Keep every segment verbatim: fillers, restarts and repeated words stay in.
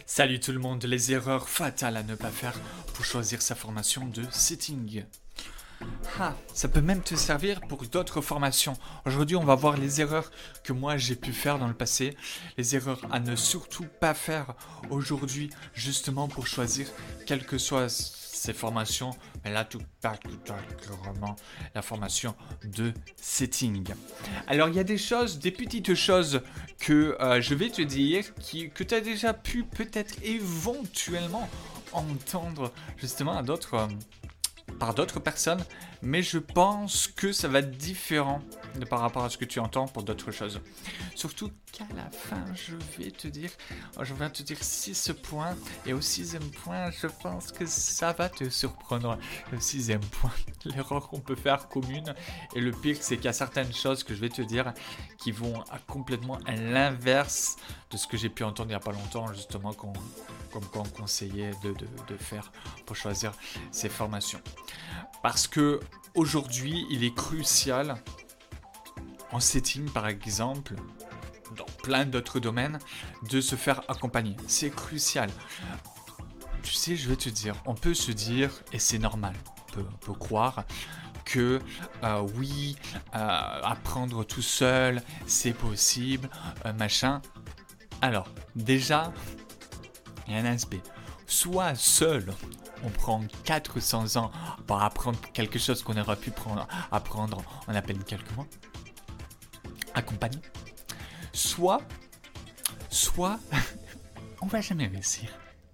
Salut tout le monde, les erreurs fatales à ne pas faire pour choisir sa formation de setting. Ah, ça peut même te servir pour d'autres formations. Aujourd'hui, on va voir les erreurs que moi j'ai pu faire dans le passé, les erreurs à ne surtout pas faire aujourd'hui, justement pour choisir quelles que soient ces formations, mais là tout particulièrement la formation de setting. Alors il y a des choses, des petites choses que euh, je vais te dire qui, que tu as déjà pu peut-être éventuellement entendre justement à d'autres... Euh, par d'autres personnes, mais je pense que ça va être différent de par rapport à ce que tu entends pour d'autres choses. Surtout qu'à la fin, je vais te dire, je vais te dire six points, et au sixième point, je pense que ça va te surprendre. Le sixième point, l'erreur qu'on peut faire commune, et le pire, c'est qu'il y a certaines choses que je vais te dire qui vont à complètement à l'inverse de ce que j'ai pu entendre il n'y a pas longtemps, justement, qu'on, comme qu'on conseillait de, de, de faire pour choisir ces formations. Parce que aujourd'hui, il est crucial, en setting par exemple, dans plein d'autres domaines, de se faire accompagner. C'est crucial. Tu sais, je vais te dire, on peut se dire, et c'est normal, on peut, on peut croire que euh, oui, euh, apprendre tout seul, c'est possible, euh, machin. Alors, déjà, il y a un aspect. Soit seul, on prend quatre cents ans pour apprendre quelque chose qu'on aurait pu prendre, apprendre en à peine quelques mois. Accompagné. Soit, soit, on va jamais réussir.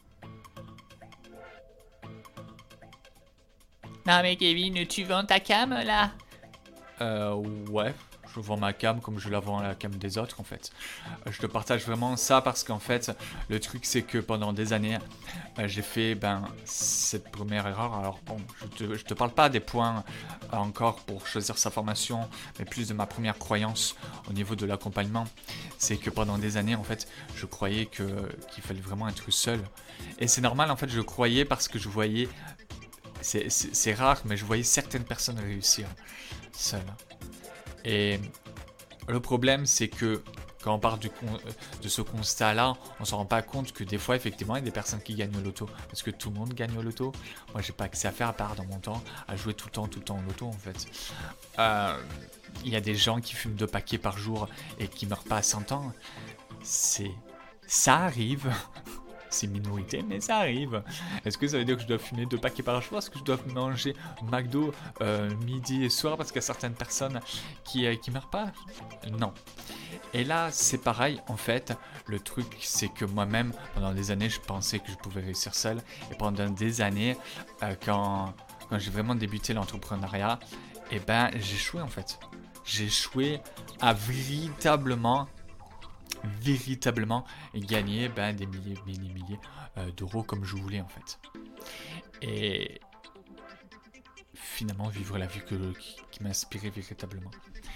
Non mais Kevin, tu vends ta cam là? Euh, ouais. Je vends ma cam comme je la vends à la cam des autres en fait. Je te partage vraiment ça parce qu'en fait, le truc c'est que pendant des années, euh, j'ai fait ben, cette première erreur. Alors bon, je te, je te parle pas des points euh, encore pour choisir sa formation, mais plus de ma première croyance au niveau de l'accompagnement. C'est que pendant des années en fait, je croyais que, qu'il fallait vraiment être seul. Et c'est normal en fait, je croyais parce que je voyais, c'est, c'est, c'est rare, mais je voyais certaines personnes réussir seules. Et le problème, c'est que quand on part du con- de ce constat-là, on ne se rend pas compte que des fois, effectivement, il y a des personnes qui gagnent au loto. Parce que tout le monde gagne au loto. Moi, j'ai pas accès à faire, à part dans mon temps, à jouer tout le temps, tout le temps au loto, en fait. Euh, il y a des gens qui fument deux paquets par jour et qui meurent pas à cent ans. C'est... Ça arrive. C'est minorité, mais ça arrive. Est-ce que ça veut dire que je dois fumer deux paquets par jour? Est-ce que je dois manger McDo euh, midi et soir parce qu'il y a certaines personnes qui euh, qui meurent pas? Non. Et là, c'est pareil, en fait. Le truc, c'est que moi-même, pendant des années, je pensais que je pouvais réussir seul. Et pendant des années, euh, quand, quand j'ai vraiment débuté l'entrepreneuriat, eh ben, j'ai échoué, en fait. J'ai échoué à véritablement... véritablement gagner ben, des milliers, milliers, milliers euh, d'euros comme je voulais en fait. Et finalement vivre la vie que, qui, qui m'inspirait véritablement.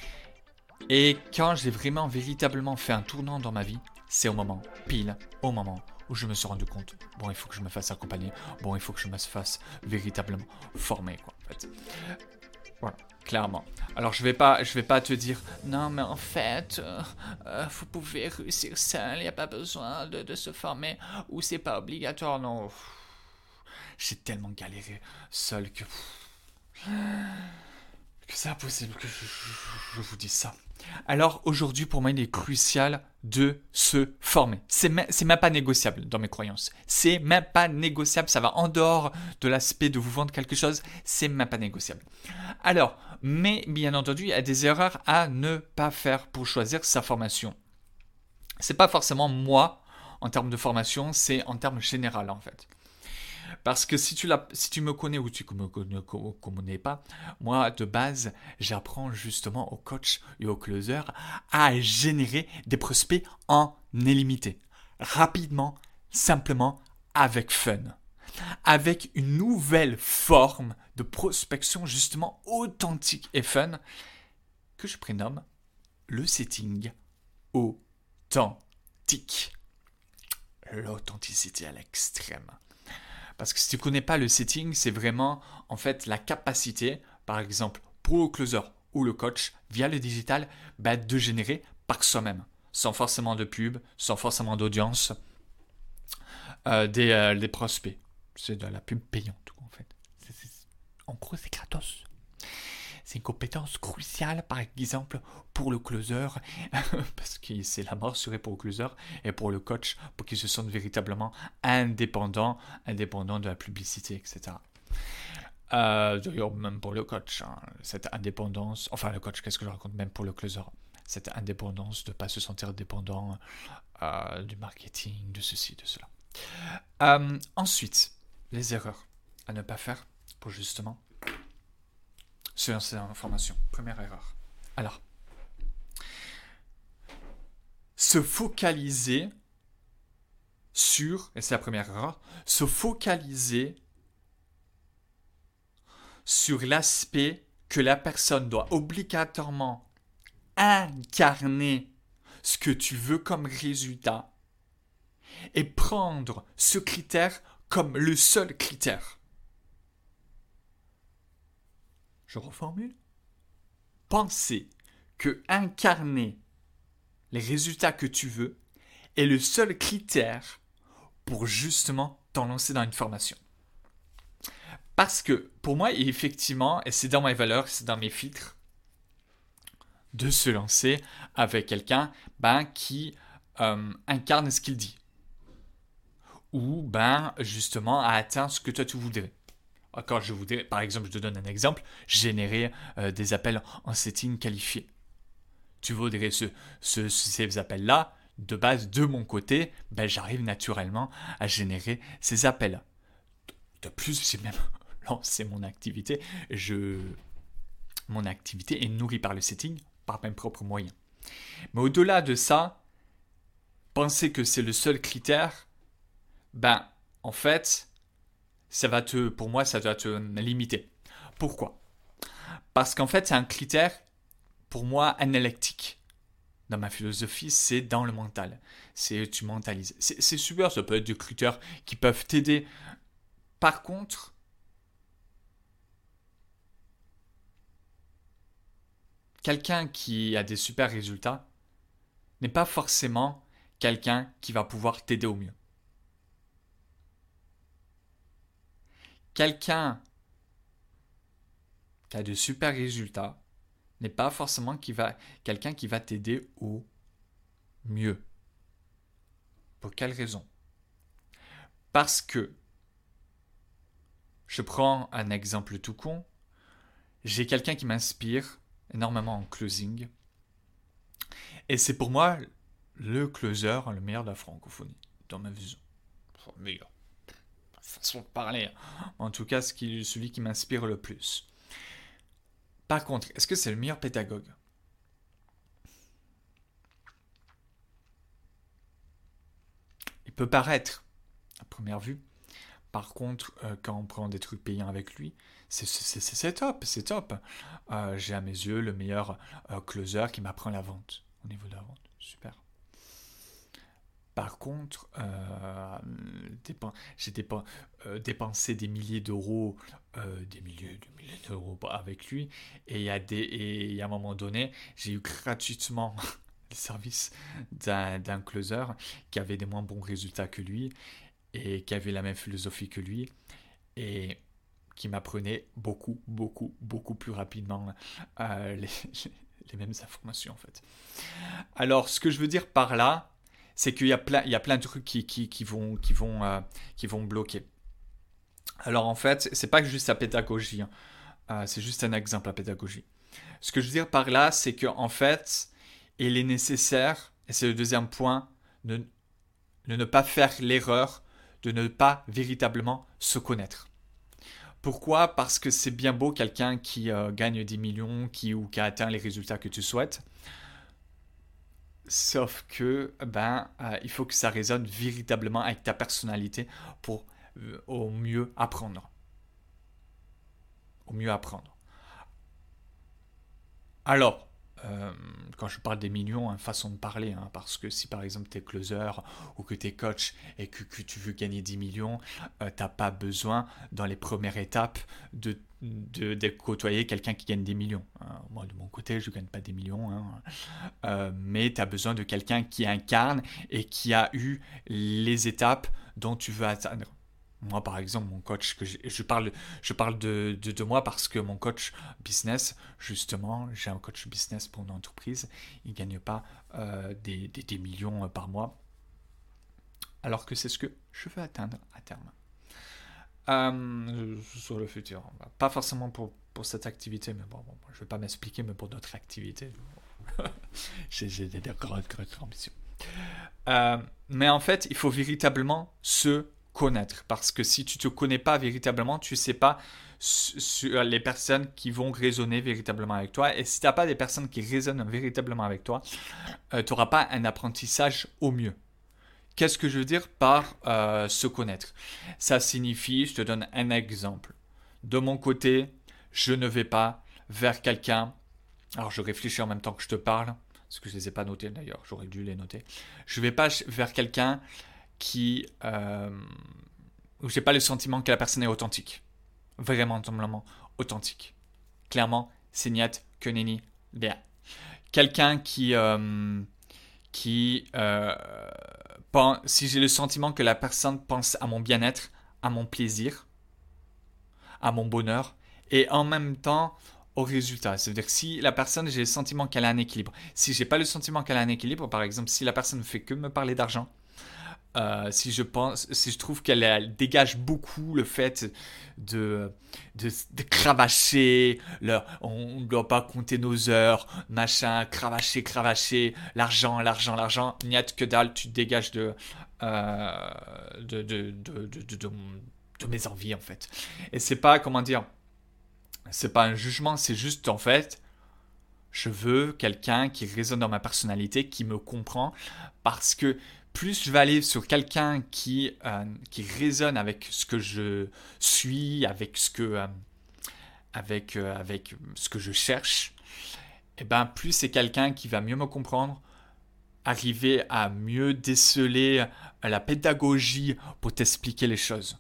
Et quand j'ai vraiment véritablement fait un tournant dans ma vie, c'est au moment, pile au moment où je me suis rendu compte, bon il faut que je me fasse accompagner, bon il faut que je me fasse véritablement former quoi en fait. Voilà, clairement. Alors je vais pas, je vais pas te dire non mais en fait, euh, euh, vous pouvez réussir seul, il n'y a pas besoin de, de se former ou c'est pas obligatoire. Non, pff, j'ai tellement galéré seul que pff, que c'est impossible que je, je, je vous dise ça. Alors aujourd'hui pour moi il est crucial de se former. C'est même, c'est même pas négociable dans mes croyances. C'est même pas négociable. Ça va en dehors de l'aspect de vous vendre quelque chose. C'est même pas négociable. Alors, mais bien entendu, il y a des erreurs à ne pas faire pour choisir sa formation. C'est pas forcément moi en termes de formation, c'est en termes général en fait. Parce que si tu, la, si tu me connais ou tu ne me connais, connais pas, moi de base, j'apprends justement aux coachs et aux closers à générer des prospects en illimité. Rapidement, simplement, avec fun. Avec une nouvelle forme de prospection justement authentique et fun que je prénomme le setting authentique. L'authenticité à l'extrême. Parce que si tu ne connais pas le setting, c'est vraiment en fait la capacité, par exemple pour le closer ou le coach, via le digital, bah, de générer par soi-même, sans forcément de pub, sans forcément d'audience, euh, des, euh, des prospects. C'est de la pub payante, en fait. C'est, c'est, en gros, c'est gratos. C'est une compétence cruciale, par exemple, pour le closer, parce que c'est la mort serait pour le closer, et pour le coach, pour qu'il se sente véritablement indépendant, indépendant de la publicité, et cetera. Euh, d'ailleurs, même pour le coach, hein, cette indépendance, enfin le coach, qu'est-ce que je raconte, même pour le closer, cette indépendance de ne pas se sentir dépendant euh, du marketing, de ceci, de cela. Euh, ensuite, les erreurs à ne pas faire pour justement se lancer dans l'information. Première erreur. Alors, se focaliser sur, et c'est la première erreur, se focaliser sur l'aspect que la personne doit obligatoirement incarner ce que tu veux comme résultat et prendre ce critère comme le seul critère. Je reformule. Penser que incarner les résultats que tu veux est le seul critère pour justement t'en lancer dans une formation. Parce que pour moi, effectivement, et c'est dans mes valeurs, c'est dans mes filtres, de se lancer avec quelqu'un ben, qui euh, incarne ce qu'il dit. Ou ben, justement a atteint ce que toi tu voudrais. Quand je voudrais, par exemple, je te donne un exemple, générer euh, des appels en setting qualifié. Tu voudrais ce, ce, ces appels-là, de base, de mon côté, ben, j'arrive naturellement à générer ces appels. De plus, j'ai même lancé mon activité. Je, mon activité est nourrie par le setting, par mes propres moyens. Mais au-delà de ça, penser que c'est le seul critère, ben, en fait, ça va te, pour moi, ça va te limiter. Pourquoi ? Parce qu'en fait, c'est un critère, pour moi, analytique. Dans ma philosophie, c'est dans le mental. C'est tu mentalises. C'est, c'est super, ça peut être des critères qui peuvent t'aider. Par contre, quelqu'un qui a des super résultats n'est pas forcément quelqu'un qui va pouvoir t'aider au mieux. Quelqu'un qui a de super résultats n'est pas forcément qui va, quelqu'un qui va t'aider au mieux. Pour quelle raison ? Parce que, je prends un exemple tout con, j'ai quelqu'un qui m'inspire énormément en closing, et c'est pour moi le closer le meilleur de la francophonie, dans ma vision. Enfin, le meilleur. Façon de parler. En tout cas, celui qui m'inspire le plus. Par contre, est-ce que c'est le meilleur pédagogue ? Il peut paraître, à première vue. Par contre, euh, quand on prend des trucs payants avec lui, c'est, c'est, c'est, c'est top, c'est top. Euh, j'ai à mes yeux le meilleur euh, closer qui m'apprend la vente, au niveau de la vente. Super. Par contre, euh, dépen- j'ai dépen- euh, dépensé des milliers d'euros, euh, des milliers, des milliers d'euros avec lui, et il y a des, et il y a un moment donné, j'ai eu gratuitement le service d'un, d'un closer qui avait des moins bons résultats que lui et qui avait la même philosophie que lui et qui m'apprenait beaucoup, beaucoup, beaucoup plus rapidement euh, les, les mêmes informations en fait. Alors, ce que je veux dire par là, c'est qu'il y a plein, il y a plein de trucs qui, qui, qui vont, qui, vont, euh, qui vont bloquer. Alors en fait, c'est pas juste la pédagogie, hein. euh, c'est juste un exemple, la pédagogie. Ce que je veux dire par là, c'est qu'en fait, il est nécessaire, et c'est le deuxième point, de, de ne pas faire l'erreur de ne pas véritablement se connaître. Pourquoi ? Parce que c'est bien beau quelqu'un qui euh, gagne des millions, qui, ou qui a atteint les résultats que tu souhaites. Sauf que, ben, euh, il faut que ça résonne véritablement avec ta personnalité pour euh, au mieux apprendre. Au mieux apprendre. Alors, euh, quand je parle des millions, hein, façon de parler, hein, parce que si par exemple tu es closer ou que tu es coach et que, que tu veux gagner dix millions, euh, tu n'as pas besoin dans les premières étapes de, de, de côtoyer quelqu'un qui gagne des millions. Hein. Moi de mon côté, je ne gagne pas des millions, hein. euh, mais tu as besoin de quelqu'un qui incarne et qui a eu les étapes dont tu veux atteindre. Moi, par exemple, mon coach, que j'ai- je parle, je parle de, de, de moi parce que mon coach business, justement, j'ai un coach business pour une entreprise, il ne gagne pas euh, des, des, des millions euh, par mois, alors que c'est ce que je veux atteindre à terme. Euh, sur le futur, pas forcément pour, pour cette activité, mais bon, bon je ne vais pas m'expliquer, mais pour d'autres activités, j'ai, j'ai des grandes, grandes ambitions. Euh, mais en fait, il faut véritablement se connaître. Parce que si tu ne te connais pas véritablement, tu ne sais pas sur les personnes qui vont résonner véritablement avec toi. Et si tu n'as pas des personnes qui résonnent véritablement avec toi, euh, tu n'auras pas un apprentissage au mieux. Qu'est-ce que je veux dire par euh, se connaître? Ça signifie, je te donne un exemple. De mon côté, je ne vais pas vers quelqu'un. Alors je réfléchis en même temps que je te parle, parce que je ne les ai pas notés d'ailleurs, j'aurais dû les noter. Je ne vais pas vers quelqu'un qui... Euh, où je n'ai pas le sentiment que la personne est authentique. Vraiment, vraiment authentique. Clairement, c'est niet, que nenni, bien. Quelqu'un qui... Euh, qui euh, pense, si j'ai le sentiment que la personne pense à mon bien-être, à mon plaisir, à mon bonheur, et en même temps au résultat. C'est-à-dire que si la personne, j'ai le sentiment qu'elle a un équilibre. Si j'ai pas le sentiment qu'elle a un équilibre, par exemple, si la personne ne fait que me parler d'argent, euh, si je pense, si je trouve qu'elle elle dégage beaucoup le fait de, de, de cravacher, le, on ne doit pas compter nos heures, machin, cravacher, cravacher, l'argent, l'argent, l'argent, n'y a que dalle, tu te dégages de, euh, de, de, de, de, de, de, de mes envies en fait. Et c'est pas, comment dire, c'est pas un jugement, c'est juste en fait, je veux quelqu'un qui résonne dans ma personnalité, qui me comprend, parce que plus je vais aller sur quelqu'un qui, euh, qui résonne avec ce que je suis, avec ce que, euh, avec, euh, avec ce que je cherche, et ben plus c'est quelqu'un qui va mieux me comprendre, arriver à mieux déceler la pédagogie pour t'expliquer les choses.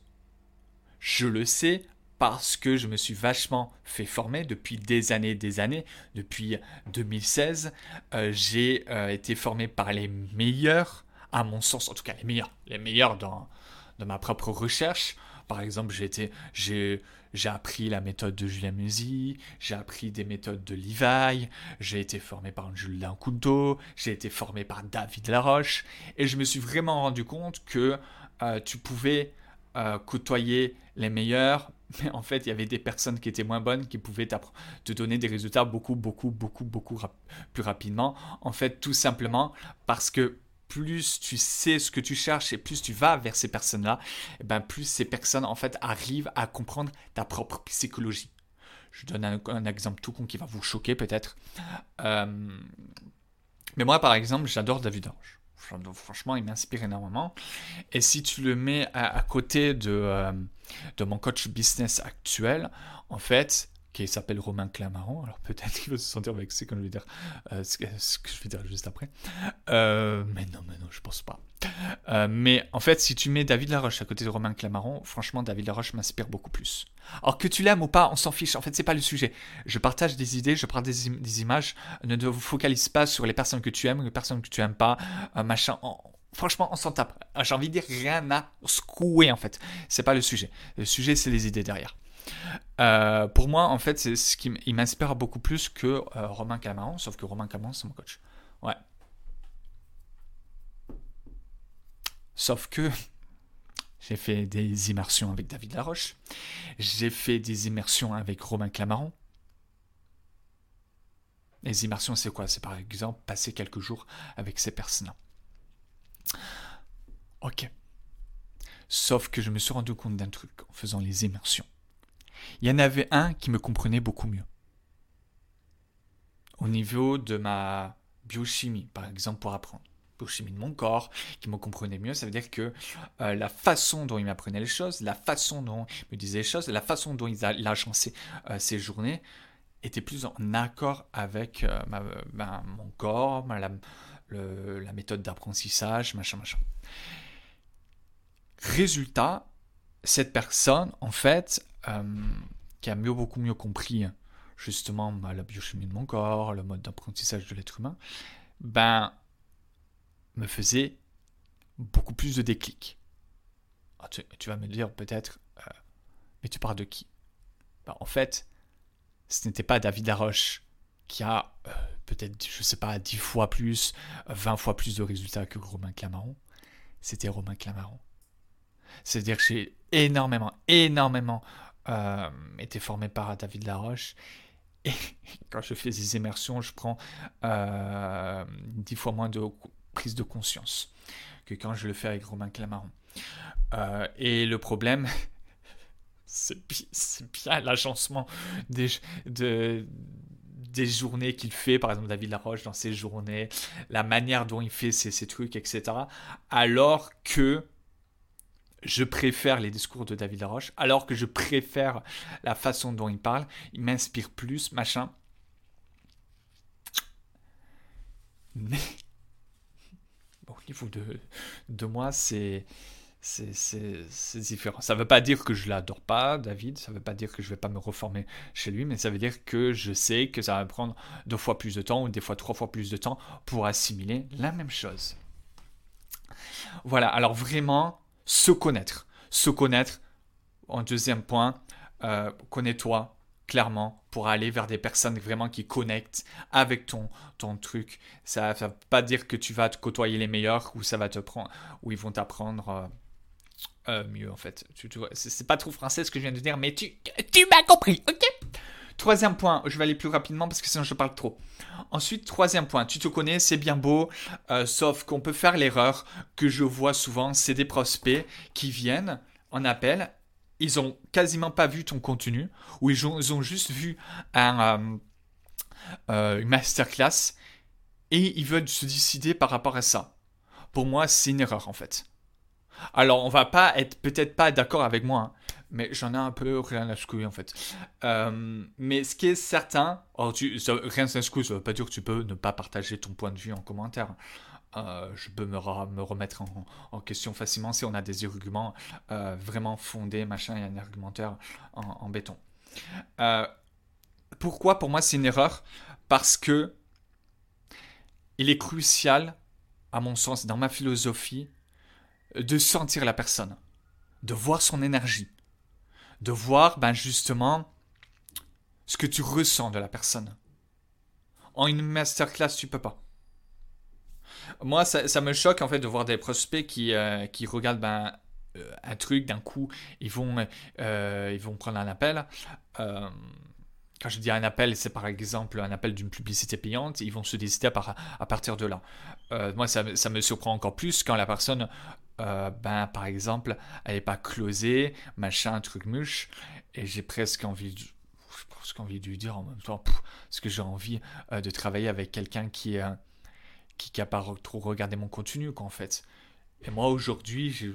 Je le sais parce que je me suis vachement fait former depuis des années et des années. Depuis deux mille seize, euh, j'ai euh, été formé par les meilleurs, à mon sens, en tout cas les meilleurs, les meilleurs dans, dans ma propre recherche. Par exemple, j'ai, été, j'ai, j'ai appris la méthode de Julien Musi, j'ai appris des méthodes de Levi, j'ai été formé par Julien Couteau, j'ai été formé par David Laroche, et je me suis vraiment rendu compte que euh, tu pouvais euh, côtoyer les meilleurs, mais en fait, il y avait des personnes qui étaient moins bonnes, qui pouvaient te donner des résultats beaucoup, beaucoup, beaucoup, beaucoup rap- plus rapidement. En fait, tout simplement parce que plus tu sais ce que tu cherches et plus tu vas vers ces personnes-là, et ben plus ces personnes, en fait, arrivent à comprendre ta propre psychologie. Je donne un, un exemple tout con qui va vous choquer peut-être. Euh, mais moi, par exemple, j'adore David Laroche. Franchement, il m'inspire énormément. Et si tu le mets à, à côté de, euh, de mon coach business actuel, en fait, qui s'appelle Romain Clamaran, alors peut-être qu'il va se sentir vexé quand je vais dire euh, ce, que, ce que je vais dire juste après. Euh, mais non, mais non, je pense pas. Euh, mais en fait, si tu mets David Laroche à côté de Romain Clamaran, franchement, David Laroche m'inspire beaucoup plus. Alors que tu l'aimes ou pas, on s'en fiche. En fait, c'est pas le sujet. Je partage des idées, je partage des, im- des images. Ne te focalise pas sur les personnes que tu aimes, les personnes que tu aimes pas, euh, machin. On- franchement, on s'en tape. J'ai envie de dire rien à secouer en fait. C'est pas le sujet. Le sujet, c'est les idées derrière. Euh, pour moi, en fait, c'est ce qui m'inspire beaucoup plus que euh, Romain Clamaran, sauf que Romain Clamaran, c'est mon coach. Ouais. Sauf que j'ai fait des immersions avec David Laroche. J'ai fait des immersions avec Romain Clamaran. Les immersions, c'est quoi? C'est par exemple passer quelques jours avec ces personnes-là. Ok. Sauf que je me suis rendu compte d'un truc en faisant les immersions. Il y en avait un qui me comprenait beaucoup mieux. Au niveau de ma biochimie, par exemple, pour apprendre. Biochimie de mon corps, qui me comprenait mieux, ça veut dire que euh, la façon dont il m'apprenait les choses, la façon dont il me disait les choses, la façon dont il, a, il agençait euh, ses journées, était plus en accord avec euh, ma, ma, mon corps, ma, la, le, la méthode d'apprentissage, machin, machin. Résultat, cette personne, en fait, euh, qui a mieux, beaucoup mieux compris justement la biochimie de mon corps, le mode d'apprentissage de l'être humain, ben, me faisait beaucoup plus de déclics. Ah, tu, tu vas me dire peut-être, euh, mais tu parles de qui? Bah, en fait, ce n'était pas David Laroche qui a euh, peut-être, je sais pas, dix fois plus, vingt fois plus de résultats que Romain Clamaron. C'était Romain Clamaron. C'est-à-dire que j'ai énormément, énormément euh, été formé par David Laroche. Et quand je fais des immersions, je prends euh, dix fois moins de prise de conscience que quand je le fais avec Romain Clamaron. Euh, et le problème, c'est, c'est bien l'agencement des, de, des journées qu'il fait, par exemple David Laroche dans ses journées, la manière dont il fait ses, ses trucs, et cetera. Alors que je préfère les discours de David Laroche, alors que je préfère la façon dont il parle, il m'inspire plus, machin. Mais au niveau de, de moi, c'est, c'est, c'est, c'est différent. Ça ne veut pas dire que je ne l'adore pas, David, ça ne veut pas dire que je ne vais pas me reformer chez lui, mais ça veut dire que je sais que ça va me prendre deux fois plus de temps, ou des fois trois fois plus de temps pour assimiler la même chose. Voilà, alors vraiment, se connaître. Se connaître, en deuxième point, euh, connais-toi clairement pour aller vers des personnes vraiment qui connectent avec ton, ton truc. Ça ne veut pas dire que tu vas te côtoyer les meilleurs ou ça va te prendre, ou ils vont t'apprendre euh, euh, mieux en fait. Tu, tu vois, c'est, c'est pas trop français ce que je viens de dire, mais tu, tu m'as compris, ok? Troisième point, je vais aller plus rapidement parce que sinon je parle trop. Ensuite, troisième point, tu te connais, c'est bien beau, euh, sauf qu'on peut faire l'erreur que je vois souvent, c'est des prospects qui viennent en appel, ils ont quasiment pas vu ton contenu, ou ils ont, ils ont juste vu un, euh, euh, une masterclass et ils veulent se décider par rapport à ça. Pour moi, c'est une erreur en fait. Alors, on va pas être peut-être pas d'accord avec moi, hein, mais j'en ai un peu rien à secouer en fait. Euh, mais ce qui est certain, alors tu, ça, rien à secouer, ça veut pas dire que tu peux ne pas partager ton point de vue en commentaire. Euh, je peux me, re- me remettre en, en question facilement si on a des arguments euh, vraiment fondés, machin, et un argumentaire en, en béton. Euh, pourquoi pour moi c'est une erreur? Parce que il est crucial, à mon sens, dans ma philosophie, de sentir la personne, de voir son énergie, de voir ben, justement ce que tu ressens de la personne. En une masterclass, tu peux pas. Moi, ça, ça me choque en fait de voir des prospects qui, euh, qui regardent ben, euh, un truc d'un coup, ils vont, euh, ils vont prendre un appel. Euh, quand je dis un appel, c'est par exemple un appel d'une publicité payante, ils vont se décider à, par, à partir de là. Euh, moi, ça, ça me surprend encore plus quand la personne, euh, ben, par exemple, elle n'est pas closée, machin, truc mouche, et j'ai presque envie de, j'ai presque envie de lui dire en même temps, pff, parce que j'ai envie euh, de travailler avec quelqu'un qui est... Euh, qui n'a pas trop regardé mon contenu, quoi, en fait. Et moi, aujourd'hui, j'ai...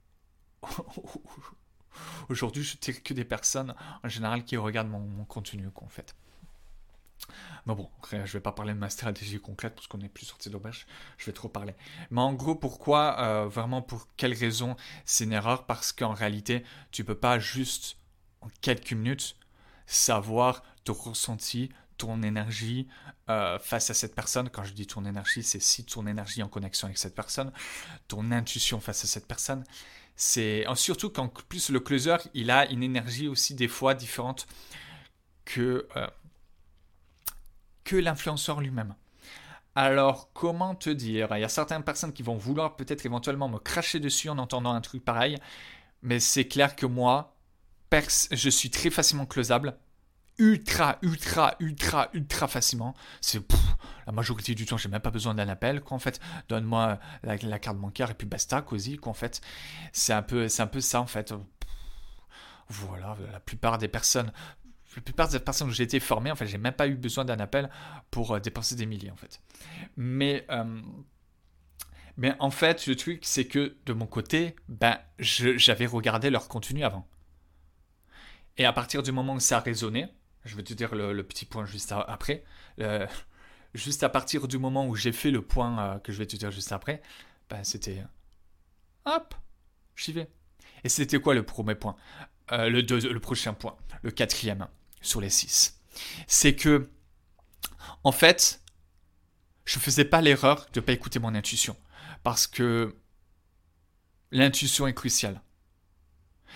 aujourd'hui, je tire que des personnes, en général, qui regardent mon, mon contenu, quoi, en fait. Mais bon, après, je vais pas parler de ma stratégie concrète, parce qu'on n'est plus sorti d'auberge, je vais trop parler. Mais en gros, pourquoi, euh, vraiment, pour quelle raison c'est une erreur? Parce qu'en réalité, tu peux pas juste, en quelques minutes, savoir ton ressenti, ton énergie euh, face à cette personne. Quand je dis ton énergie, c'est si ton énergie en connexion avec cette personne, ton intuition face à cette personne. C'est surtout qu'en plus le closer, il a une énergie aussi des fois différente que euh, que l'influenceur lui-même. Alors, comment te dire? Il y a certaines personnes qui vont vouloir peut-être éventuellement me cracher dessus en entendant un truc pareil, mais c'est clair que moi, pers- je suis très facilement closable. Ultra, ultra, ultra, ultra facilement. C'est pff, la majorité du temps, j'ai même pas besoin d'un appel. Quoi, en fait, donne-moi la, la carte bancaire et puis basta, cosy. Quoi, en fait, c'est un peu, c'est un peu ça en fait. Voilà, la plupart des personnes, la plupart des personnes où j'ai été formé, en fait, j'ai même pas eu besoin d'un appel pour euh, dépenser des milliers en fait. Mais euh, mais en fait, le truc, c'est que de mon côté, ben, je, j'avais regardé leur contenu avant. Et à partir du moment où ça a résonné, je vais te dire le, le petit point juste à, après, euh, juste à partir du moment où j'ai fait le point euh, que je vais te dire juste après, ben c'était hop, j'y vais. Et c'était quoi le premier point? euh, le, deux, le prochain point, le quatrième sur les six. C'est que, en fait, je faisais pas l'erreur de ne pas écouter mon intuition. Parce que l'intuition est cruciale.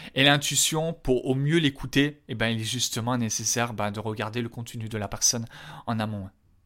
Et l'intuition, pour au mieux l'écouter, eh ben, il est justement nécessaire ben, de regarder le contenu de la personne en amont.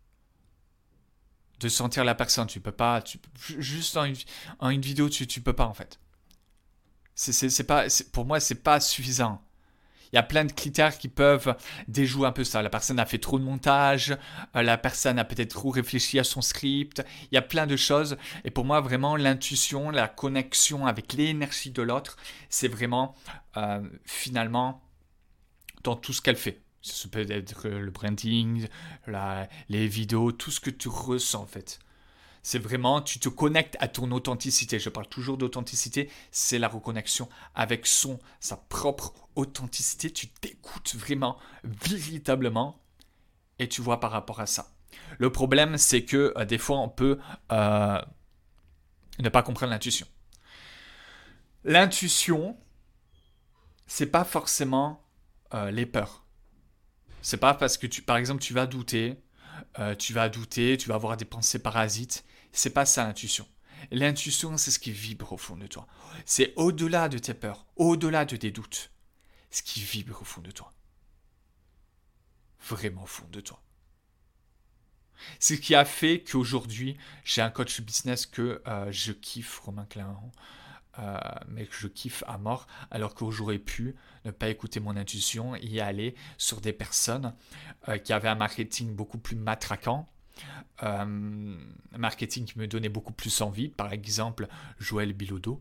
De sentir la personne, tu peux pas, tu, juste en une, en une vidéo, tu, tu peux pas en fait. C'est, c'est, c'est pas, c'est, pour moi, c'est pas suffisant. Il y a plein de critères qui peuvent déjouer un peu ça. La personne a fait trop de montage, euh, la personne a peut-être trop réfléchi à son script. Il y a plein de choses. Et pour moi, vraiment, l'intuition, la connexion avec l'énergie de l'autre, c'est vraiment, euh, finalement, dans tout ce qu'elle fait. Ça peut être le branding, la, les vidéos, tout ce que tu ressens en fait. C'est vraiment, tu te connectes à ton authenticité. Je parle toujours d'authenticité, c'est la reconnexion avec son, sa propre authenticité. Tu t'écoutes vraiment, véritablement, et tu vois par rapport à ça. Le problème, c'est que euh, des fois, on peut euh, ne pas comprendre l'intuition. L'intuition, c'est pas forcément euh, les peurs. C'est pas parce que, tu, par exemple, tu vas douter, euh, tu vas douter, tu vas avoir des pensées parasites. C'est pas ça l'intuition. L'intuition, c'est ce qui vibre au fond de toi. C'est au-delà de tes peurs, au-delà de tes doutes. Ce qui vibre au fond de toi. Vraiment au fond de toi. C'est ce qui a fait qu'aujourd'hui, j'ai un coach business que euh, je kiffe, Romain Clément, euh, mais que je kiffe à mort, alors que j'aurais pu ne pas écouter mon intuition et aller sur des personnes euh, qui avaient un marketing beaucoup plus matraquant, euh, un marketing qui me donnait beaucoup plus envie. Par exemple, Joël Bilodeau.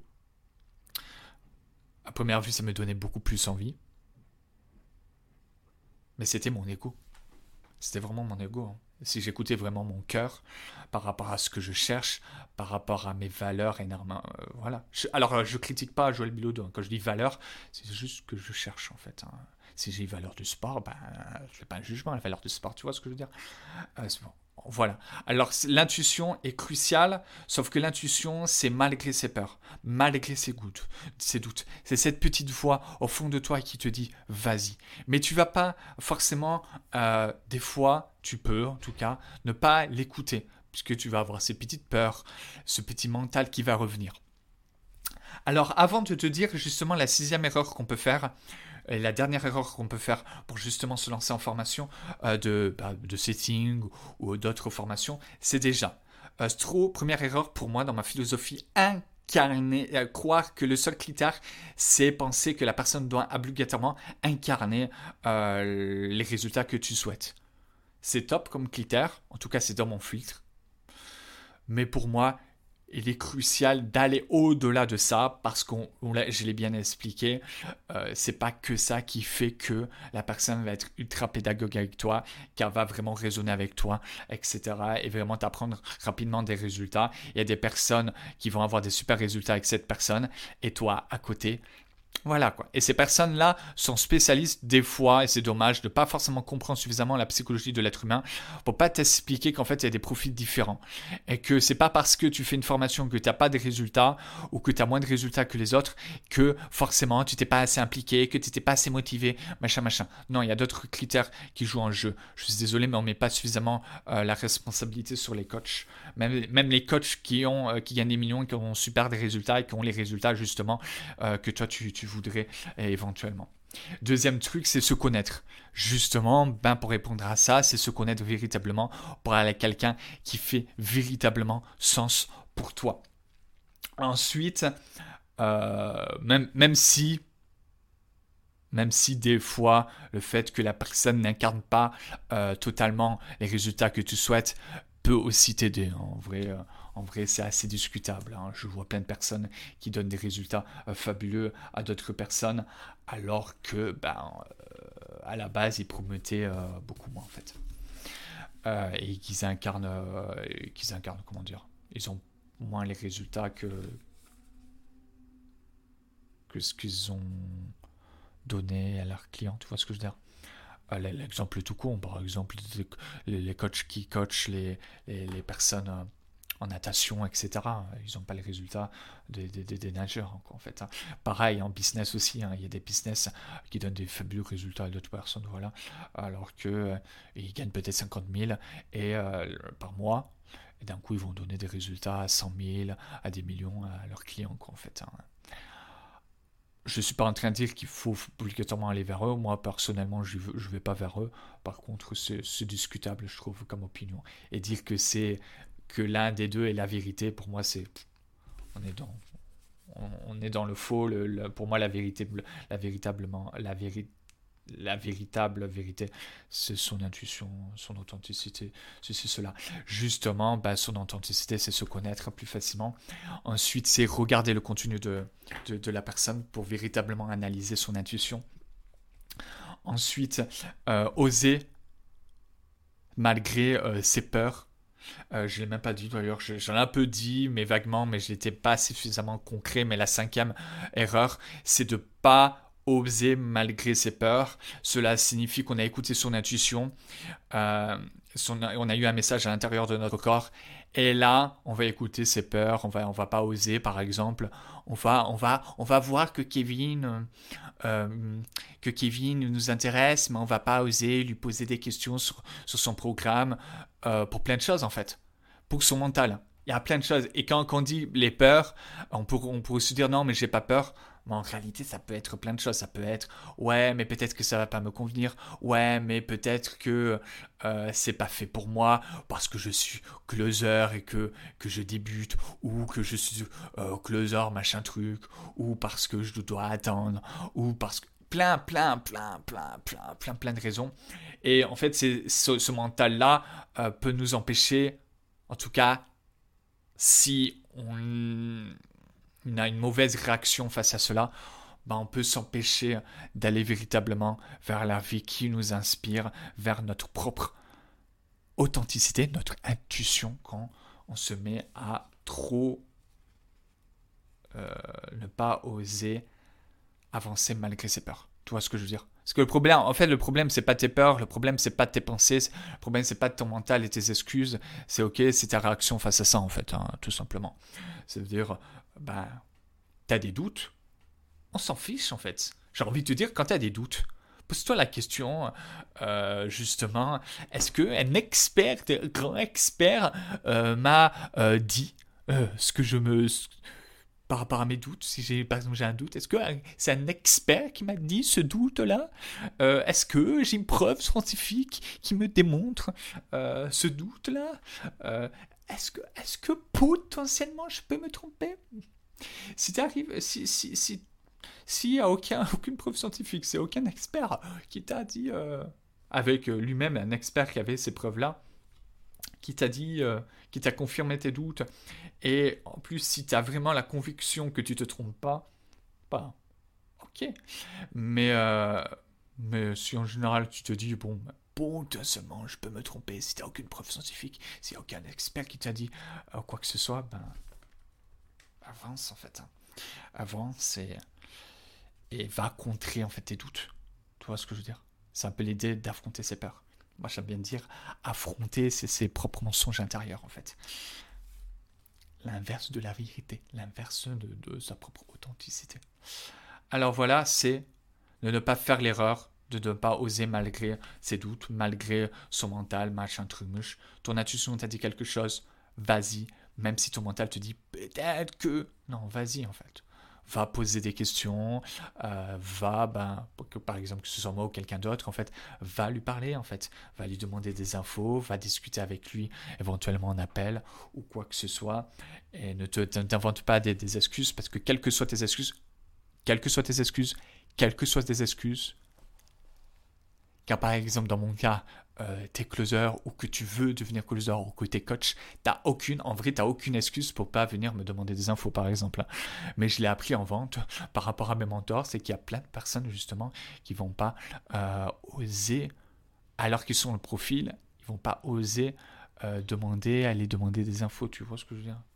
À première vue, ça me donnait beaucoup plus envie. Mais c'était mon ego. C'était vraiment mon ego. Hein. Si j'écoutais vraiment mon cœur par rapport à ce que je cherche, par rapport à mes valeurs énormément. Euh, voilà. Je, alors, euh, je critique pas Joël Bilodeau. Hein. Quand je dis valeur, c'est juste ce que je cherche en fait. Hein. Si j'ai valeur du sport, ben, je fais pas un jugement à la valeur du sport. Tu vois ce que je veux dire euh, c'est bon. Voilà. Alors, l'intuition est cruciale, sauf que l'intuition, c'est malgré ses peurs, malgré ses doutes. Ses doutes. C'est cette petite voix au fond de toi qui te dit « vas-y ». Mais tu vas pas forcément, euh, des fois, tu peux en tout cas, ne pas l'écouter, puisque tu vas avoir ces petites peurs, ce petit mental qui va revenir. Alors, avant de te dire justement la sixième erreur qu'on peut faire, et la dernière erreur qu'on peut faire pour justement se lancer en formation euh, de, bah, de setting ou, ou d'autres formations, c'est déjà, euh, trop, première erreur pour moi dans ma philosophie, incarner, euh, croire que le seul critère, c'est penser que la personne doit obligatoirement incarner euh, les résultats que tu souhaites. C'est top comme critère, en tout cas c'est dans mon filtre, mais pour moi, il est crucial d'aller au-delà de ça parce qu'on, je l'ai bien expliqué, euh, c'est pas que ça qui fait que la personne va être ultra pédagogue avec toi, qu'elle va vraiment raisonner avec toi, et cetera. Et vraiment t'apprendre rapidement des résultats. Il y a des personnes qui vont avoir des super résultats avec cette personne et toi à côté. Voilà quoi. Et ces personnes-là sont spécialistes des fois, et c'est dommage de ne pas forcément comprendre suffisamment la psychologie de l'être humain pour pas t'expliquer qu'en fait il y a des profils différents. Et que c'est pas parce que tu fais une formation que tu n'as pas de résultats ou que tu as moins de résultats que les autres que forcément tu t'es pas assez impliqué, que tu n'étais pas assez motivé, machin machin. Non, il y a d'autres critères qui jouent en jeu. Je suis désolé, mais on met pas suffisamment euh, la responsabilité sur les coachs. Même, même les coachs qui, ont, euh, qui gagnent des millions, qui ont super des résultats et qui ont les résultats justement euh, que toi tu, tu voudrais euh, éventuellement. Deuxième truc, c'est se connaître. Justement, ben pour répondre à ça, c'est se connaître véritablement pour aller à quelqu'un qui fait véritablement sens pour toi. Ensuite, euh, même, même si Même si des fois, le fait que la personne n'incarne pas euh, totalement les résultats que tu souhaites peut aussi t'aider. En vrai, euh, en vrai c'est assez discutable. Hein. Je vois plein de personnes qui donnent des résultats euh, fabuleux à d'autres personnes, alors que, ben, euh, à la base, ils promettaient euh, beaucoup moins, en fait. Euh, et qu'ils incarnent, euh, qu'ils incarnent, comment dire, ils ont moins les résultats que, que ce qu'ils ont donné à leurs clients, tu vois ce que je veux dire? L'exemple tout con, par exemple, les coachs qui coachent les, les, les personnes en natation, et cetera. Ils n'ont pas les résultats des, des, des nageurs, en fait. Hein. Pareil, en business aussi, hein, il y a des business qui donnent des fabuleux résultats à d'autres personnes, voilà, alors qu'ils euh, gagnent peut-être cinquante mille et, euh, par mois, et d'un coup, ils vont donner des résultats à cent mille, à des millions à leurs clients, quoi, en fait. Hein. je ne suis pas en train de dire qu'il faut obligatoirement aller vers eux. Moi, personnellement, je ne vais pas vers eux. Par contre, c'est, c'est discutable, je trouve, comme opinion. Et dire que c'est que l'un des deux est la vérité, pour moi, c'est... On est dans, on, on est dans le faux. Le, le, pour moi, la vérité, la véritablement... La vérité... La véritable vérité, c'est son intuition, son authenticité, ceci, cela. Justement, bah, son authenticité, c'est se connaître plus facilement. Ensuite, c'est regarder le contenu de, de, de la personne pour véritablement analyser son intuition. Ensuite, euh, oser malgré euh, ses peurs. Euh, je ne l'ai même pas dit d'ailleurs, j'en ai un peu dit, mais vaguement, mais je n'étais pas suffisamment concret. Mais la cinquième erreur, c'est de ne pas oser malgré ses peurs. Cela signifie qu'on a écouté son intuition, euh, son, on a eu un message à l'intérieur de notre corps, et là on va écouter ses peurs, on va on va pas oser. Par exemple, on va on va on va voir que Kevin euh, que Kevin nous intéresse, mais on va pas oser lui poser des questions sur, sur son programme, euh, pour plein de choses en fait, pour son mental. Il y a plein de choses. Et quand, quand on dit les peurs, on pourrait, on pourrait se dire non, mais j'ai pas peur. Mais en réalité, ça peut être plein de choses. Ça peut être ouais, mais peut-être que ça va pas me convenir. Ouais, mais peut-être que euh, c'est pas fait pour moi parce que je suis closer et que, que je débute, ou que je suis euh, closer machin truc, ou parce que je dois attendre, ou parce que plein, plein, plein, plein, plein, plein, plein de raisons. Et en fait, c'est, ce, ce mental-là euh, peut nous empêcher, en tout cas, si on a une mauvaise réaction face à cela, ben on peut s'empêcher d'aller véritablement vers la vie qui nous inspire, vers notre propre authenticité, notre intuition, quand on se met à trop euh, ne pas oser avancer malgré ses peurs. Tu vois ce que je veux dire? Parce que le problème, en fait, le problème, c'est pas tes peurs, le problème, c'est pas tes pensées, le problème, c'est pas ton mental et tes excuses. C'est ok, c'est ta réaction face à ça, en fait, hein, tout simplement. C'est-à-dire, bah, t'as des doutes, on s'en fiche, en fait. J'ai envie de te dire, quand t'as des doutes, pose-toi la question, euh, justement, est-ce qu'un expert, un grand expert, euh, m'a euh, dit euh, ce que je me... par rapport à mes doutes, si j'ai, par exemple j'ai un doute, est-ce que c'est un expert qui m'a dit ce doute-là? euh, Est-ce que j'ai une preuve scientifique qui me démontre euh, ce doute-là? euh, est-ce, que, est-ce que potentiellement je peux me tromper? Si t'arrives, si si si s'il n'y a aucun, aucune preuve scientifique, c'est aucun expert qui t'a dit, euh, avec lui-même un expert qui avait ces preuves-là, qui t'a dit, euh, qui t'a confirmé tes doutes, et en plus, si tu as vraiment la conviction que tu te trompes pas, bah, ok. Mais, euh, mais si en général tu te dis, bon, potentiellement, je peux me tromper, si tu n'as aucune preuve scientifique, s'il n'y a aucun expert qui t'a dit euh, quoi que ce soit, ben, avance en fait. Avance et, et va contrer en fait tes doutes. Tu vois ce que je veux dire? C'est un peu l'idée d'affronter ses peurs. Moi, j'aime bien dire affronter ses, ses propres mensonges intérieurs, en fait. L'inverse de la vérité, l'inverse de, de sa propre authenticité. Alors voilà, c'est de ne pas faire l'erreur, de ne pas oser malgré ses doutes, malgré son mental, machin, truc, mouche. Ton intuition t'a dit quelque chose, vas-y, même si ton mental te dit peut-être que... Non, vas-y, en fait. Va poser des questions, euh, va, ben, que, par exemple, que ce soit moi ou quelqu'un d'autre, en fait, va lui parler, en fait, va lui demander des infos, va discuter avec lui, éventuellement en appel ou quoi que ce soit, et ne te, t'invente pas des, des excuses, parce que quelles que soient tes excuses, quelles que soient tes excuses, quelles que soient tes excuses, car par exemple, dans mon cas, euh, t'es closer ou que tu veux devenir closer ou que t'es coach, t'as aucune, en vrai, t'as aucune excuse pour pas venir me demander des infos, par exemple. Mais je l'ai appris en vente par rapport à mes mentors, c'est qu'il y a plein de personnes, justement, qui vont pas euh, oser, alors qu'ils sont le profil, ils vont pas oser euh, demander, aller demander des infos, tu vois ce que je veux dire?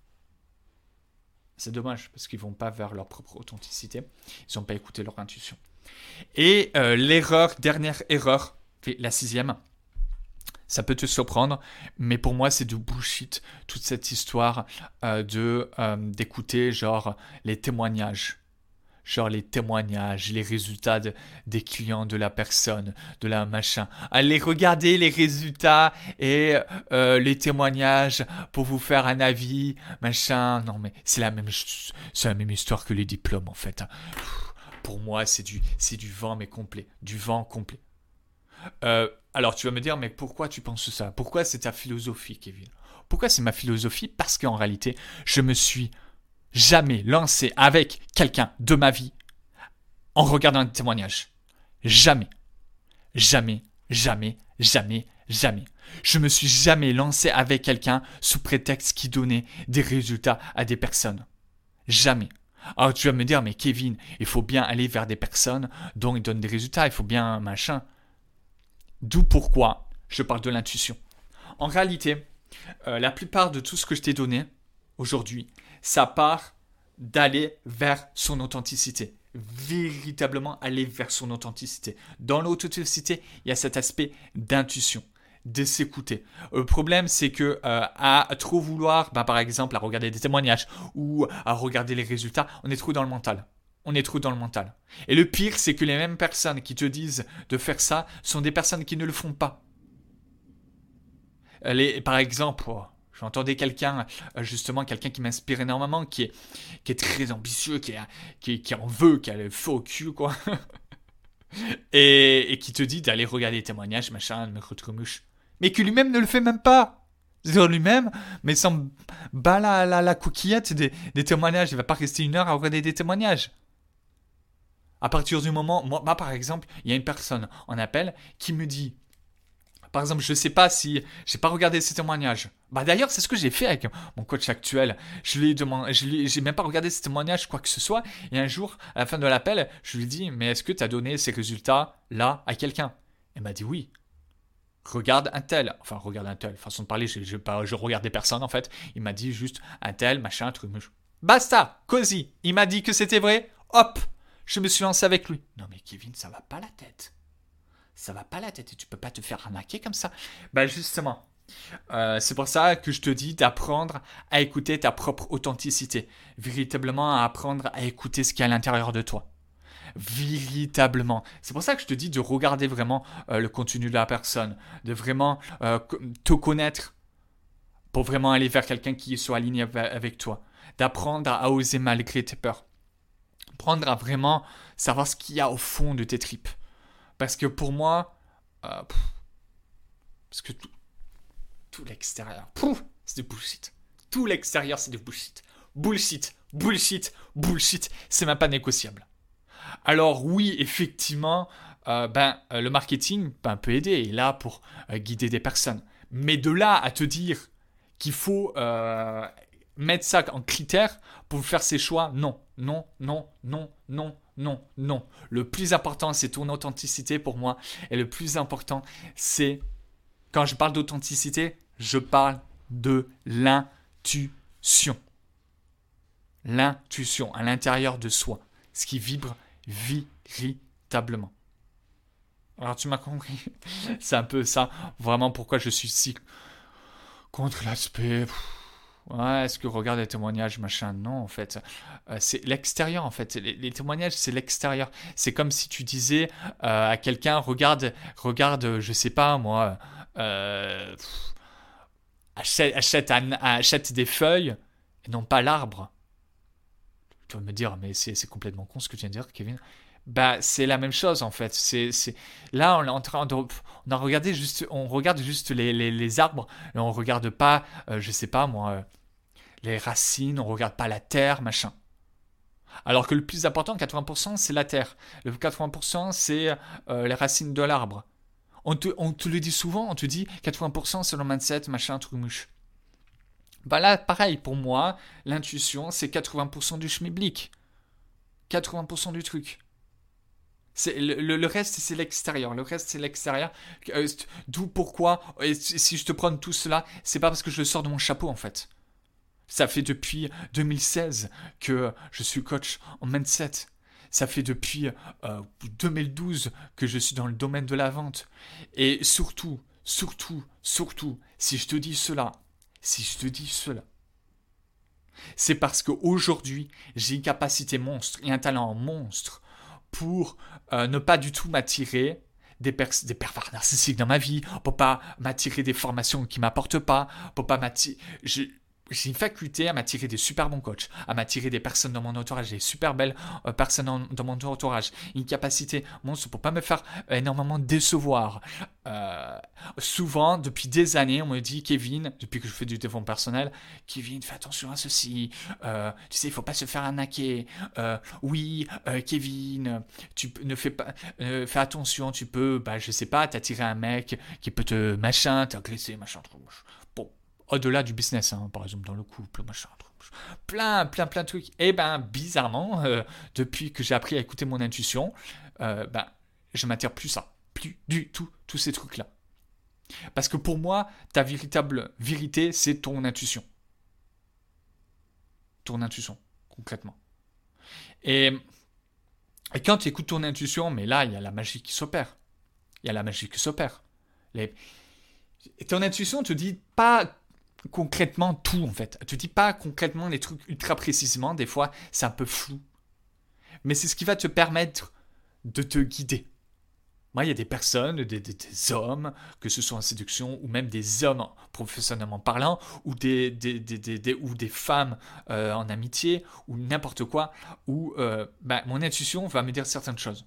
C'est dommage, parce qu'ils vont pas vers leur propre authenticité, ils ont pas écouté leur intuition. Et euh, l'erreur, dernière erreur, la sixième, ça peut te surprendre, mais pour moi c'est du bullshit, toute cette histoire euh, de euh, d'écouter genre les témoignages, genre les témoignages, les résultats de, des clients de la personne, de la machin. Allez regarder les résultats et euh, les témoignages pour vous faire un avis, machin. Non mais c'est la même, c'est la même histoire que les diplômes en fait. pour moi, c'est du, c'est du vent, mais complet. Du vent complet. Euh, alors, tu vas me dire, mais pourquoi tu penses ça? Pourquoi c'est ta philosophie, Kevin? Pourquoi c'est ma philosophie? Parce qu'en réalité, je me suis jamais lancé avec quelqu'un de ma vie en regardant un témoignage. Jamais. Jamais, jamais, jamais, jamais. Je me suis jamais lancé avec quelqu'un sous prétexte qui donnait des résultats à des personnes. Jamais. Alors tu vas me dire, mais Kevin, il faut bien aller vers des personnes dont ils donnent des résultats, il faut bien un machin. D'où pourquoi je parle de l'intuition. En réalité, euh, la plupart de tout ce que je t'ai donné aujourd'hui, ça part d'aller vers son authenticité. Véritablement aller vers son authenticité. Dans l'authenticité, il y a cet aspect d'intuition, de s'écouter. Le problème, c'est que euh, à trop vouloir, bah, par exemple, à regarder des témoignages ou à regarder les résultats, on est trop dans le mental. On est trop dans le mental. Et le pire, c'est que les mêmes personnes qui te disent de faire ça sont des personnes qui ne le font pas. Les, par exemple, oh, j'entendais quelqu'un, justement, quelqu'un qui m'inspire énormément, qui est, qui est très ambitieux, qui, est, qui, qui en veut, qui a le feu au cul, quoi. et, et qui te dit d'aller regarder les témoignages, machin, de me retrouche. Mais qui lui-même ne le fait même pas. C'est-à-dire lui-même, mais s'en bat la, la, la coquillette des, des témoignages. Il va pas rester une heure à regarder des témoignages. À partir du moment, moi, moi par exemple, il y a une personne en appel qui me dit, par exemple, je ne sais pas si j'ai pas regardé ces témoignages. Bah d'ailleurs, c'est ce que j'ai fait avec mon coach actuel. Je lui ai demandé, je lui, j'ai même pas regardé ces témoignages, quoi que ce soit. Et un jour, à la fin de l'appel, je lui ai dit, mais est-ce que tu as donné ces résultats-là à quelqu'un? Elle m'a dit oui. Regarde un tel, enfin regarde un tel, façon de parler, je, je, je, je regarde des personnes en fait. Il m'a dit juste un tel, machin, truc, machin. Basta, cosy. Il m'a dit que c'était vrai. Hop, je me suis lancé avec lui. Non mais Kevin, ça va pas la tête. Ça va pas la tête et tu peux pas te faire arnaquer comme ça. Bah justement, euh, c'est pour ça que je te dis d'apprendre à écouter ta propre authenticité. Véritablement à apprendre à écouter ce qu'il y a à l'intérieur de toi. Véritablement. C'est pour ça que je te dis de regarder vraiment euh, le contenu de la personne, de vraiment euh, te connaître pour vraiment aller vers quelqu'un qui soit aligné avec toi, d'apprendre à oser malgré tes peurs, apprendre à vraiment savoir ce qu'il y a au fond de tes tripes. Parce que pour moi, euh, pff, parce que tout, tout l'extérieur, pff, c'est du bullshit. Tout l'extérieur, c'est du bullshit. Bullshit, bullshit, bullshit, c'est même pas négociable. Alors oui, effectivement, euh, ben, euh, le marketing ben, peut aider, il est là pour euh, guider des personnes. Mais de là à te dire qu'il faut euh, mettre ça en critère pour faire ses choix, non, non, non, non, non, non, non. Le plus important, c'est ton authenticité pour moi. Et le plus important, c'est, quand je parle d'authenticité, je parle de l'intuition. L'intuition à l'intérieur de soi, ce qui vibre véritablement. Alors tu m'as compris. C'est un peu ça, vraiment pourquoi je suis si contre l'aspect. Ouais, est-ce que regarde les témoignages, machin? Non, en fait. Euh, c'est l'extérieur, en fait. Les, les témoignages, c'est l'extérieur. C'est comme si tu disais euh, à quelqu'un, regarde, regarde, je sais pas, moi, euh, pff, achète, achète, un, achète des feuilles et non pas l'arbre. Tu vas me dire, mais c'est, c'est complètement con ce que tu viens de dire, Kevin. Bah, c'est la même chose, en fait. C'est, c'est... Là, on est en train de... On a regardé juste... On regarde juste les, les, les arbres, et on regarde pas, euh, je sais pas, moi, euh, les racines, on regarde pas la terre, machin. Alors que le plus important, quatre-vingts pour cent, c'est la terre. Le quatre-vingts pour cent, c'est euh, les racines de l'arbre. On te, on te le dit souvent, on te dit quatre-vingts pour cent, c'est le mindset, machin, truc mouche. Bah là, pareil, pour moi, l'intuition, c'est quatre-vingts pour cent du schmilblick. quatre-vingts pour cent du truc. C'est, le, le, le reste, c'est l'extérieur. Le reste, c'est l'extérieur. Euh, d'où pourquoi, et si je te prends tout cela, c'est pas parce que je le sors de mon chapeau, en fait. Ça fait depuis deux mille seize que je suis coach en mindset. Ça fait depuis euh, deux mille douze que je suis dans le domaine de la vente. Et surtout, surtout, surtout, si je te dis cela, si je te dis cela, c'est parce qu'aujourd'hui, j'ai une capacité monstre et un talent monstre pour euh, ne pas du tout m'attirer des, pers- des pervers narcissiques dans ma vie, pour pas m'attirer des formations qui ne m'apportent pas, pour pas m'attirer... Je... j'ai une faculté à m'attirer des super bons coachs, à m'attirer des personnes dans mon entourage, des super belles euh, personnes dans, dans mon entourage, une capacité monstre pour pas me faire euh, énormément décevoir. Euh, souvent, depuis des années, on me dit, Kevin, depuis que je fais du développement personnel, Kevin, fais attention à ceci, euh, tu sais, il faut pas se faire arnaquer, euh, oui, euh, Kevin, tu ne fais pas, euh, fais attention, tu peux, bah, je sais pas, t'attirer un mec qui peut te machin, t'agresser, machin, trop moche. Bon. Au-delà du business, hein, par exemple dans le couple, machin, plein, plein, plein de trucs. Et ben, bizarrement, euh, depuis que j'ai appris à écouter mon intuition, euh, ben, je m'attire plus ça, plus du tout, tous ces trucs-là. Parce que pour moi, ta véritable vérité, c'est ton intuition. Ton intuition, concrètement. Et, et quand tu écoutes ton intuition, mais là, il y a la magie qui s'opère. Il y a la magie qui s'opère. Les... Et ton intuition te dit pas concrètement tout, en fait. Tu dis pas concrètement les trucs ultra précisément, des fois c'est un peu flou. Mais c'est ce qui va te permettre de te guider. Moi, il y a des personnes, des, des, des hommes, que ce soit en séduction, ou même des hommes professionnellement parlant, ou des, des, des, des, des, ou des femmes euh, en amitié, ou n'importe quoi, où euh, bah, mon intuition va me dire certaines choses.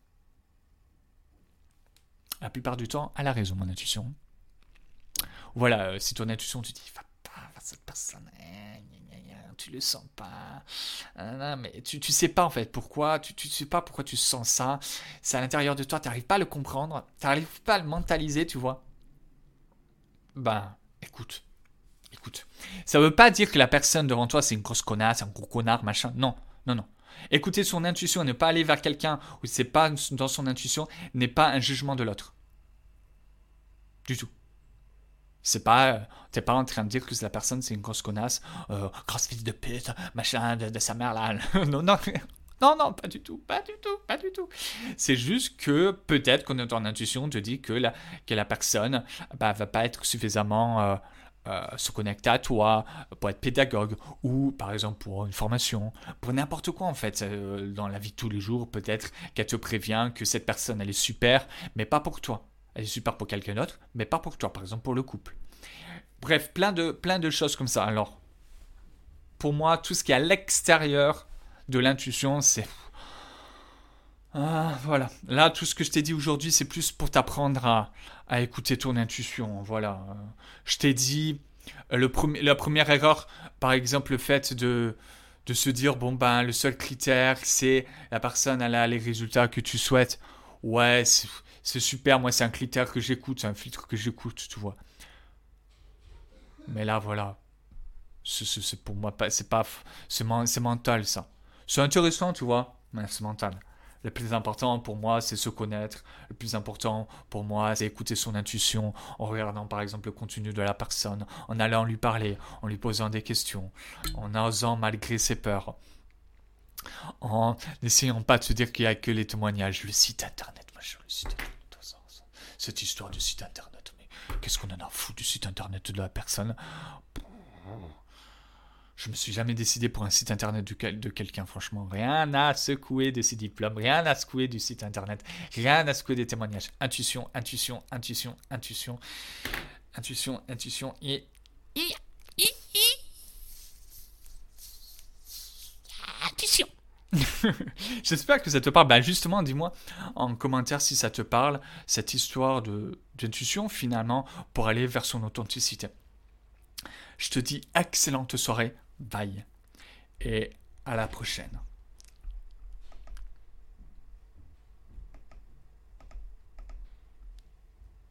La plupart du temps, elle a raison, mon intuition. Voilà, euh, si ton intuition te dit va pas vers cette personne, eh, tu le sens pas, ah, non, mais tu, tu sais pas en fait pourquoi, tu, tu sais pas pourquoi tu sens ça, c'est à l'intérieur de toi, tu n'arrives pas à le comprendre, tu n'arrives pas à le mentaliser, tu vois. Ben, écoute, écoute, ça veut pas dire que la personne devant toi c'est une grosse connasse, un gros connard, machin, non, non, non. Écouter son intuition et ne pas aller vers quelqu'un où c'est pas dans son intuition n'est pas un jugement de l'autre. Du tout. C'est pas, euh, t'es pas en train de dire que la personne c'est une grosse connasse, euh, grosse fille de pute, machin, de, de sa mère là. non, non, non, non, pas du tout, pas du tout, pas du tout. C'est juste que peut-être que ton intuition te dit que la, que la personne bah, va pas être suffisamment euh, euh, se connecter à toi pour être pédagogue ou par exemple pour une formation, pour n'importe quoi en fait. Euh, dans la vie de tous les jours, peut-être qu'elle te prévient que cette personne elle est super, mais pas pour toi. Elle est super pour quelqu'un d'autre, mais pas pour toi, par exemple pour le couple. Bref, plein de, plein de choses comme ça. Alors, pour moi, tout ce qui est à l'extérieur de l'intuition, c'est... Ah, voilà. Là, tout ce que je t'ai dit aujourd'hui, c'est plus pour t'apprendre à, à écouter ton intuition. Voilà. Je t'ai dit, le premier, la première erreur, par exemple, le fait de... de se dire, bon ben, le seul critère, c'est la personne, elle a les résultats que tu souhaites. Ouais, c'est... C'est super, moi c'est un critère que j'écoute, c'est un filtre que j'écoute, tu vois. Mais là, voilà. C'est, c'est, c'est pour moi, pas, c'est pas... C'est, c'est mental, ça. C'est intéressant, tu vois, mais c'est mental. Le plus important pour moi, c'est se connaître. Le plus important pour moi, c'est écouter son intuition en regardant par exemple le contenu de la personne, en allant lui parler, en lui posant des questions, en osant malgré ses peurs, en n'essayant pas de se dire qu'il n'y a que les témoignages, le site internet, machin, le site internet. Cette histoire de site internet, mais qu'est-ce qu'on en a foutu du site internet de la personne? Je me suis jamais décidé pour un site internet de, quel, de quelqu'un, franchement. Rien à secouer de ses diplômes, rien à secouer du site internet, rien à secouer des témoignages. Intuition, intuition, intuition, intuition, intuition, intuition et... Intuition. J'espère que ça te parle. Ben justement, dis-moi en commentaire si ça te parle, cette histoire de, d'intuition finalement pour aller vers son authenticité. Je te dis excellente soirée, bye, et à la prochaine.